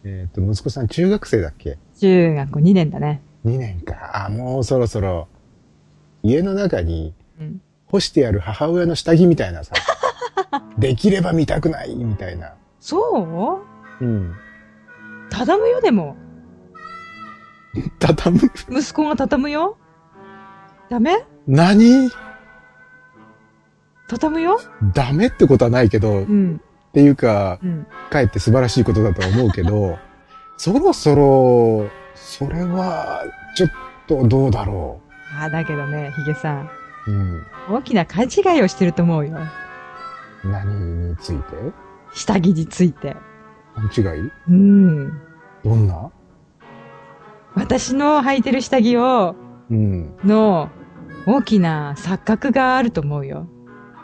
息子さん中学生だっけ？ 中学2年だね。 2年か。あ、もうそろそろ、家の中にうん。 干してある母親の下着みたいなさ、できれば見たくないみたいな。 そうん。 う畳むよ、でも。 畳む。 息子が畳むよ。ダメ？ 何？ 畳むよ。 ダメってことはないけど、っうん。 ていうか、 うん。 かえって素晴らしいことだとは思うけど、そろそろ、それは、ちょっとどうだろああ、だけどね、ヒゲさん。 う。うん。 大きな勘違いをしてると思うよ。 何について？ 下着について。 勘違い？ うん。 どんな？ 私の履いてる下着を、 うん。 の、大きな錯覚があると思うよ。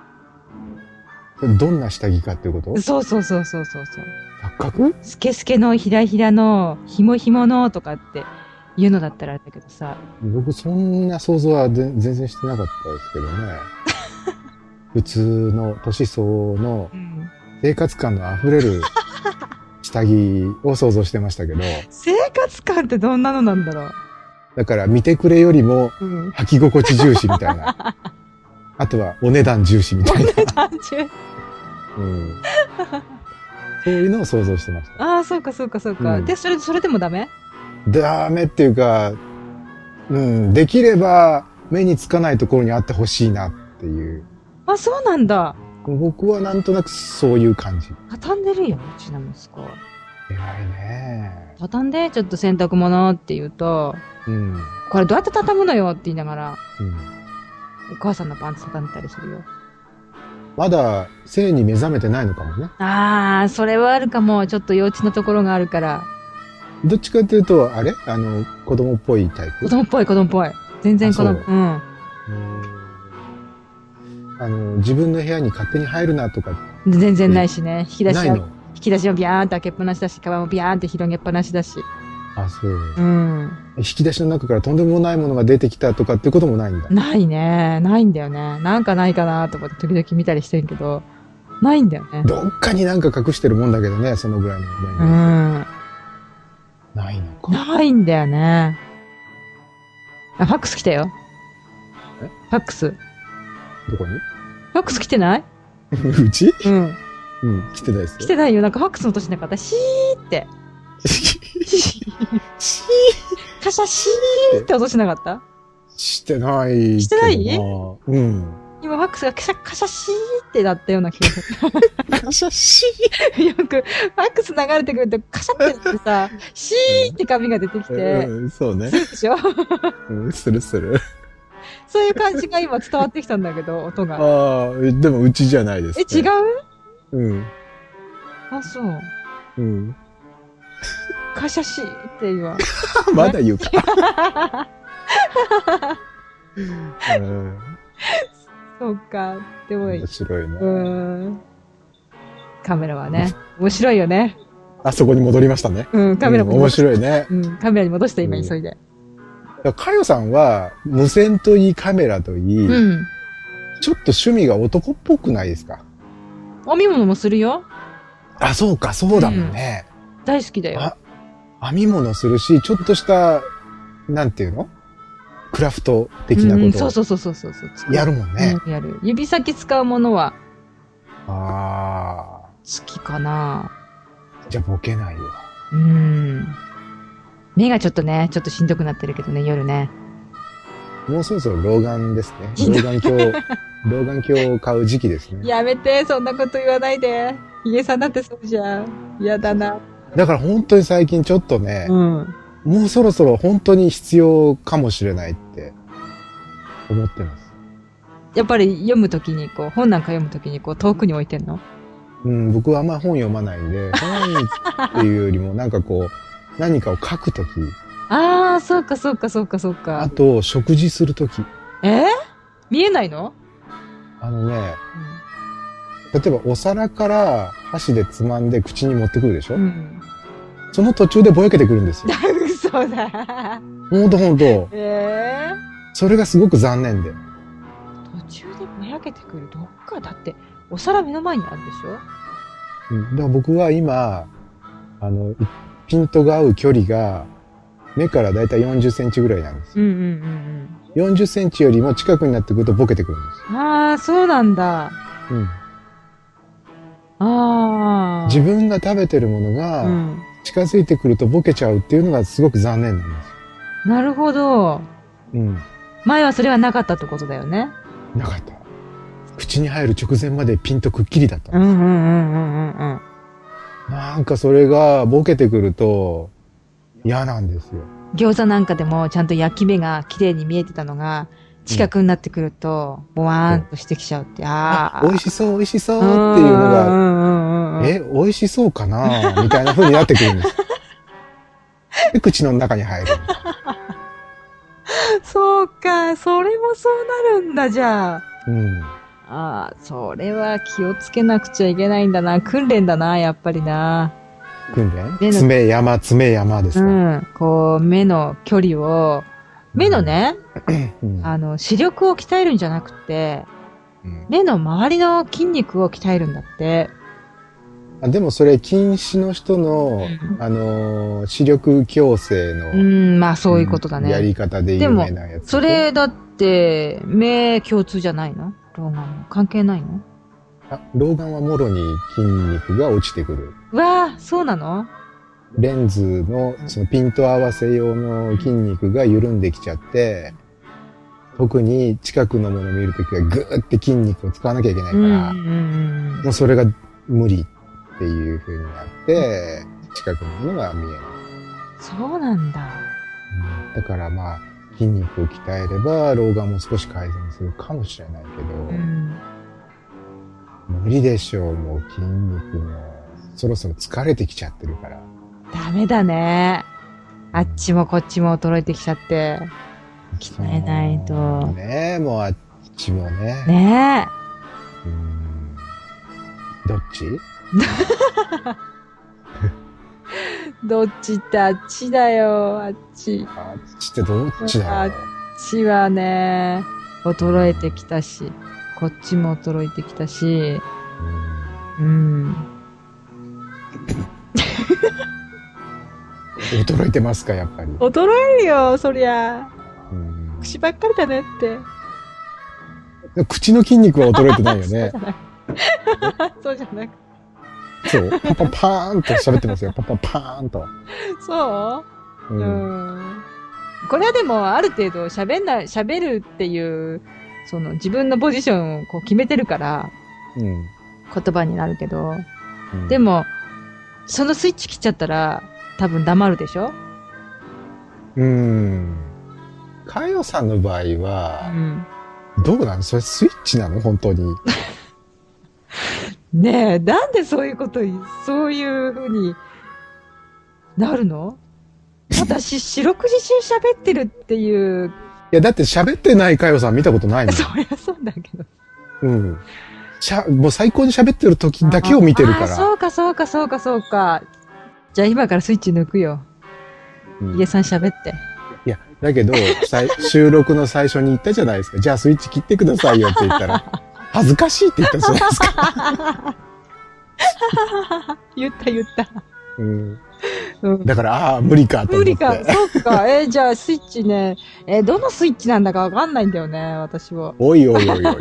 どんな下着かっていうこと？ そうそうそうそうそう。 錯覚？ スケスケのひらひらの、ひもひものとかって言うのだったらあれだけどさ。 僕そんな想像は全然してなかったですけどね。普通の年相応のうん。 生活感の溢れる下着を想像してましたけど、 生活感ってどんなのなんだろう。 だから見てくれよりもうん。 履き心地重視みたいな。あとはお値段重視みたいな。 単純。 うん、そういうのを想像してました。 ああ、そうかそうかそうか。 うんで、それでもダメ？ ダメっていうか、うん、できれば目につかないところにあってほしいなっていう。 あ、そうなんだ。 僕はなんとなくそういう感じ。 畳んでるよ、うちの息子。 偉いね。 畳んで、ちょっと洗濯物って言うと、 うん。 これどうやって畳むのよって言いながら、 うん。 お母さんのパンツ畳んでたりするよ。 まだ性に目覚めてないのかもね。 あー、それはあるかも。ちょっと幼稚なところがあるから。 どっちかっていうと、あれ子供っぽいタイプ？ 子供っぽい、子供っぽい。全然子供、 あ、そう。 うん。 自分の部屋に勝手に入るなとか全然ないしね。 ないの？ 引き出しをビャーンって開けっぱなしだし、カバンもビャーンって広げっぱなしだし。 あ、そう。 うん。 引き出しの中からとんでもないものが出てきたとかっていうこともないんだ。 ないね。ないんだよね。なんかないかなと思って時々見たりしてるけど、ないんだよね。 どっかになんか隠してるもんだけどね、そのぐらいの年う齢って。 ん。 ないのか。 ないんだよね。あ、ファックス来たよ。 え？ ファックス。 どこに？ ファックス来てない？ うち？ うん。 うん、来てないですよ。 来てないよ。なんかファックスの音しなかった。シーって。シー。 しカシャシーって音しなかった？ してないしてない？ けどな。うん。 今ファックスがカシャシーってなったような気がすカシャシる。よく、ファックス流れてくるとカシャってなってさ、シーって紙が出てきて、 うん、そうね。 するでしょ？ うん、するする。 そういう感じが今伝わってきたんだけど、音が。 ああ、でもうちじゃないですえ、違ね。 う？ うん。 あ、そう。 うん。 カシャシーって今。 まだ言うか。うん、 そうか。でも、 面白いね。 カメラはね、面白いよね。 あそこに戻りましたね。 うん、カメラも面戻し白いね。 うん、カメラに戻して今急いで。 かよさんは、無線といいカメラといい、 うん。 ちょっと趣味が男っぽくないですか？ 編み物もするよ。 あ、そうか、そうだもんね。 大好きだよ。 編み物するし、ちょっとした、なんていうの？クラフト的なことをそうそうそうそうそう。 やるもんね。 やる。指先使うものはああ。 好きかな。 じゃあボケないわ。 目がちょっとね、ちょっとしんどくなってるけどね、夜ね。 もうそろそろ老眼ですね。老眼鏡を買う時期ですね。 やめて、そんなこと言わないで。ヒゲさんだってそうじゃん。嫌だな。 だから本当に最近ちょっとね、 うん。 もうそろそろ本当に必要かもしれないって思ってます。 やっぱり読むときに、こう、本なんか読むときに、こう、遠くに置いてんの？ うん、僕はあんま本読まないんで、本っていうよりもなんかこう、何かを書くとき、 ああ、そうかそうかそうかそうか。 あと食事するとき、 見えないの？ あのね、例えばお皿から箸でつまんで口に持ってくるでしょ、 うん。 その途中でぼやけてくるんですよ。 嘘だ。 ほんとほんと。 えそれがすごく残念で。 途中でぼやけてくる。どっかだって、お皿目の前にあるでしょ？ うん、だから僕は今、 ピントが合う距離が、目からだいたい40センチぐらいなんですよ。 うんうんうん 40センチよりも近くになってくるとボケてくるんですうん。ああ、そうなんだ。 よ。 ああ。 自分が食べてるものうがん。 近づいてくるとボケちゃうっていうのがすごく残念なんですよ。 なるほど。 うん。 前はそれはなかったってことだよね。 なかった。口に入る直前までピントくっきりだったんです。 うんうんうんうんうんうん。 なんかそれがボケてくると嫌なんですよ。 餃子なんかでもちゃんと焼き目が綺麗に見えてたのが、近くになってくると、ボワーンとしてきちゃうって。ああ。 美味しそう、美味しそうっていうのが、 が美味しそうかなみたいな風になってくるんです。で、口の中に入る。 そうか、それもそうなるんだ、じゃあ。 うん。 ああ、それは気をつけなくちゃいけないんだな。訓練だな、やっぱりな。 訓練目の爪山ですうか。 ん。こう、目の距離を、目のね、 うん視力を鍛えるんじゃなくて、 うん目の周りの筋肉を鍛えるんだって。 でもそれ近視の人の、視力矯正うの、 ん、まあそういうことだね。 やり方で有名なやつ。 それだって、目共通じゃないの老眼も。関係ないの老眼はもろに筋肉が落ちてくる。 うわぁ、そうなのレンズのそのピント合わせ用の筋肉が緩んできちゃって、特に近くのものを見るときはグーって筋肉を使わなきゃいけないから、もうそれが無理っていう風になって、近くのものが見えない。 そうなんだ。 だからまあ、筋肉を鍛えれば老眼も少し改善するかもしれないけど、無理でしょう、もう筋肉も。そろそろ疲れてきちゃってるから。 ダメだね。あっちもこっちも衰えてきちゃって。鍛えないと。 ねえ、もうあっちもね。 ねどっちどっちってあっちだよ、あっち。 あっちってどっちだろう。 あっちはね、衰えてきたし、こっちも衰えてきたし、 衰えてますか、やっぱり。 衰えるよ、そりゃ。口ばっかりだねって。 口の筋肉は衰えてないよね。 そうじゃなくそう。パパパーンと喋ってますよ。パパパーンと。 そう、これはでも、ある程度喋るっていう、その自分のポジションをこう決めてるから、言葉になるけど、でも、そのスイッチ切っちゃったら、多分黙るでしょ？ かよさんの場合は、どうなの？それスイッチなの？本当に。 ねえ、なんでそういうこと、そういう風になるの？私、四六時中喋ってるっていう。 いや、だって喋ってないかよさん見たことないもん。 そりゃそうだけど。 もう最高に喋ってる時だけを見てるから。 そうか。じゃあ今からスイッチ抜くよ。ヒゲさん喋って。 いや、だけど、収録の最初に言ったじゃないですか。じゃあスイッチ切ってくださいよって言ったら、恥ずかしいって言ったじゃないですか。 言った。 だから、無理かと思って。 無理か、そっか。じゃあスイッチね、どのスイッチなんだかわかんないんだよね、私は。 おい。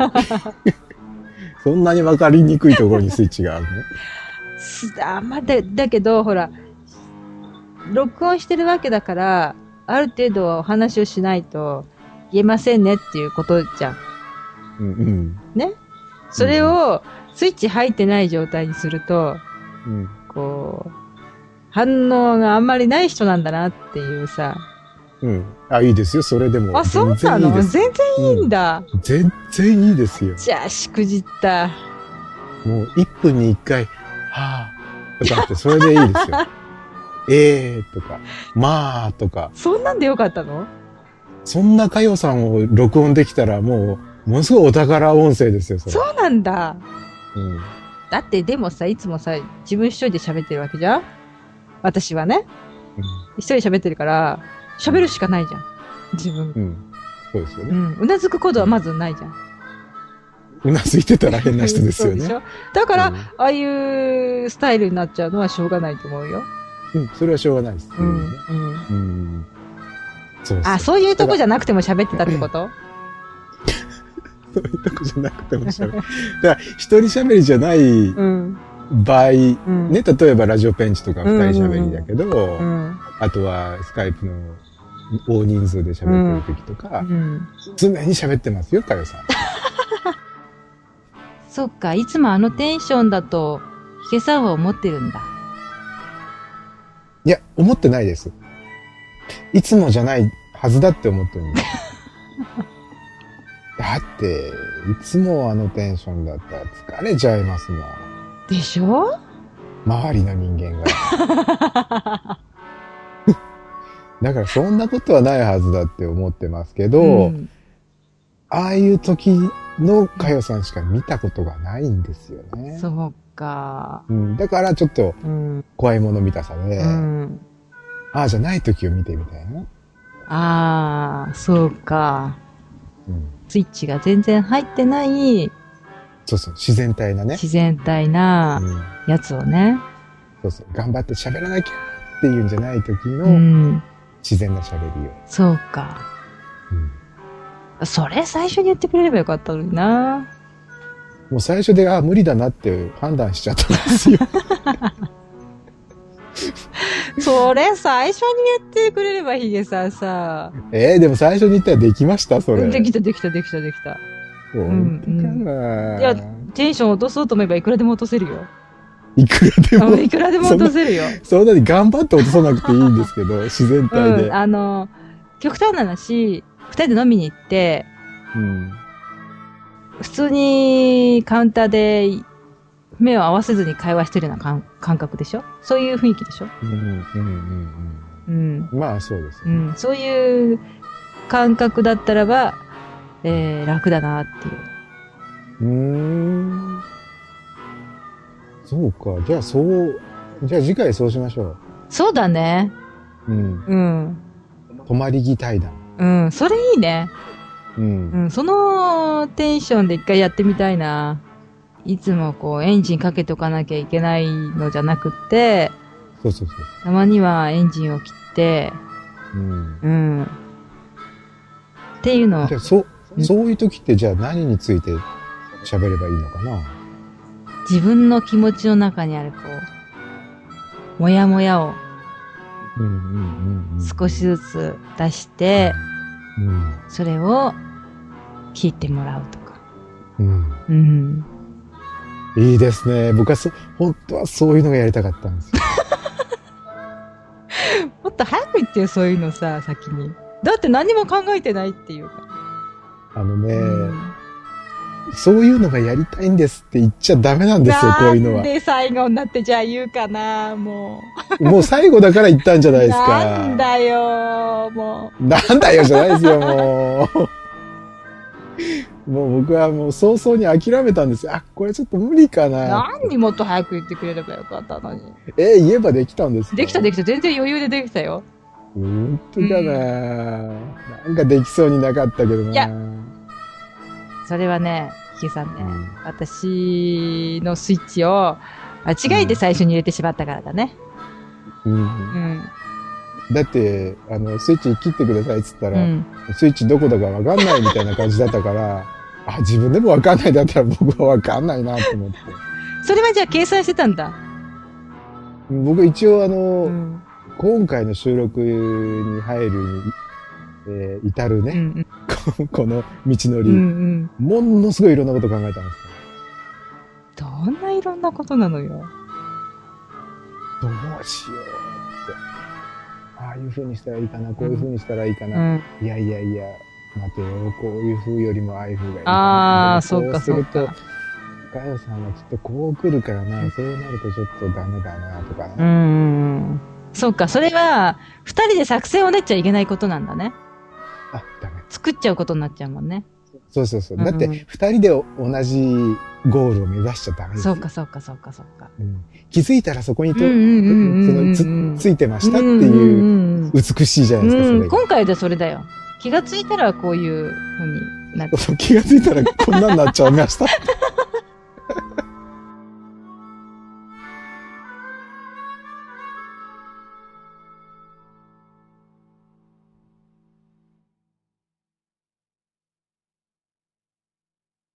そんなにわかりにくいところにスイッチがあるの？ だけど、ほら、録音してるわけだから、ある程度お話をしないと言えませんねっていうことじゃん。ね？それをスイッチ入ってない状態にすると、こう、反応があんまりない人なんだなっていうさ。 いいですよ、それでも。 そうなの？全然いいんだ。 全然いいですよ。 じゃあ、しくじった。 もう1分に1回、はぁ、とかってそれでいいですよ。とか、まあとか。 そんなんでよかったの？ そんなかよさんを録音できたらものすごいお宝音声ですよ、それ。 そうなんだ。だってでもさ、いつもさ、自分一人で喋ってるわけじゃん？私はね。一人で喋ってるから、喋るしかないじゃん。自分。 そうですよね。 うなずくことはまずないじゃん。 うなずいてたら変な人ですよね。 だから、ああいうスタイルになっちゃうのはしょうがないと思うよ。 うん、それはしょうがないですっていうね。 うん。 そうあ、そういうとこじゃなくても喋ってたってこと？ そういうとこじゃなくても喋る。だから一人喋りじゃない場合、ね、例えばラジオペンチとか二人喋りだけど、あとはスカイプの大人数で喋ってる時とか、常に喋ってますよ、かよさん。 そっか、いつもあのテンションだと、ヒゲさんは思ってるんだ。 いや、思ってないです。いつもじゃないはずだって思ってるんです。だって、いつもあのテンションだったら疲れちゃいますもん。 でしょ？ 周りの人間が。だからそんなことはないはずだって思ってますけど、ああいう時のかよさんしか見たことがないんですよね。 そうか。 だからちょっと怖いもの見たさで、ああじゃない時を見てみたいな。 ああ、そうか。スイッチが全然入ってない、 そうそう、自然体なね。 自然体なやつをね。 そうそう、頑張って喋らなきゃっていうんじゃない時の自然な喋りを。 そうか。それ最初に言ってくれればよかったのにな。 もう最初で、無理だなって判断しちゃったんですよ。 それ最初に言ってくれればヒゲさんさ。 でも最初に言ったらできましたそれ。 できた。 本当かな。 いや、テンション落とそうと思えばいくらでも落とせるよ。 いくらでも。 いくらでも落とせるよ。 そんなに頑張って落とさなくていいんですけど、自然体で。 極端な話、二人で飲みに行って、普通にカウンターで目を合わせずに会話してるような感覚でしょ？そういう雰囲気でしょ？ まあそうですね。 そういう感覚だったらば、楽だなっていう。 そうか。じゃあ次回そうしましょう。 そうだね。 泊まり木対談。 それいいね。そのテンションで一回やってみたいな。いつもこうエンジンかけとかなきゃいけないのじゃなくって、 そう。 たまにはエンジンを切って、っていうのを。 じゃあそういう時ってじゃあ何について喋ればいいのかな？ 自分の気持ちの中にあるこう、もやもやを少しずつ出して、それを聞いてもらうとか。 いいですね。僕は本当はそういうのがやりたかったんですよ。 もっと早く言ってよ、そういうのさ、先に。だって何も考えてないっていうか。 そういうのがやりたいんですって言っちゃダメなんですよ、こういうのは。 なんで最後になってじゃあ言うかな、もう。もう最後だから言ったんじゃないですか。 なんだよ、もう。なんだよじゃないですよ、もう。もう僕はもう早々に諦めたんですよ。これちょっと無理かな。 何にもっと早く言ってくれればよかったのに。 言えばできたんですか？ できた。全然余裕でできたよ。 本当かな、なんかできそうになかったけどな。 いや、それはね、ヒゲさんね、私のスイッチを間違えて最初に入れてしまったからだね。 だって、スイッチ切ってくださいって言ったら、スイッチどこだかわかんないみたいな感じだったから、自分でもわかんないだったら僕はわかんないなと思って。 それはじゃあ計算してたんだ。 僕一応今回の収録に入るに、至るね、この道のり、ものすごいいろんなこと考えたんですよ。どんないろんなことなのよ。 どうしようって。ああいう風にしたらいいかな、こういう風にしたらいいかな。いや、待てよ、こういう風よりもああいう風がいいかな。 そうか。 かよさんはきっとこう来るからな、そうなるとちょっとダメだな、とかね。そうか、それは、二人で作戦を練っちゃいけないことなんだね。 ダメ。 作っちゃうことになっちゃうもんね。 そう。だって、二人で同じゴールを目指しちゃダメですよ。 そうか。 気づいたらそこについてましたっていう、美しいじゃないですか、それが。 今回でそれだよ。気がついたらこういう風になって。 気がついたらこんなになっちゃいました。